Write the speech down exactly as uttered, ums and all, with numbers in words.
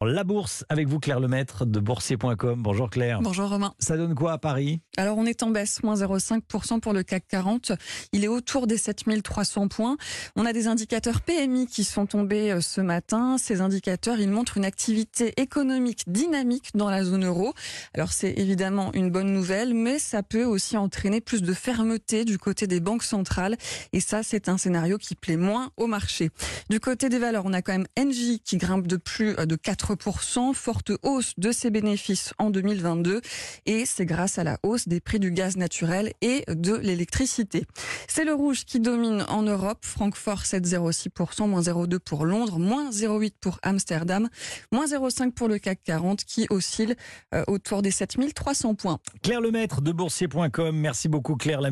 La bourse avec vous, Claire Lemaître de boursier point com. Bonjour Claire. Bonjour Romain. Ça donne quoi à Paris? Alors on est en baisse, moins zéro virgule cinq pour cent pour le C A C quarante. Il est autour des sept mille trois cents points. On a des indicateurs P M I qui sont tombés ce matin. Ces indicateurs, ils montrent une activité économique dynamique dans la zone euro. Alors c'est évidemment une bonne nouvelle, mais ça peut aussi entraîner plus de fermeté du côté des banques centrales. Et ça, c'est un scénario qui plaît moins au marché. Du côté des valeurs, on a quand même Engie qui grimpe de plus de quatre pour cent, forte hausse de ses bénéfices en deux mille vingt-deux, et c'est grâce à la hausse des prix du gaz naturel et de l'électricité. C'est le rouge qui domine en Europe. Francfort sept virgule zéro six pour cent, moins zéro virgule deux pour Londres, moins zéro virgule huit pour Amsterdam, moins zéro virgule cinq pour le C A C quarante qui oscille euh, autour des sept mille trois cents points. Claire Lemaître de boursier point com. Merci beaucoup Claire.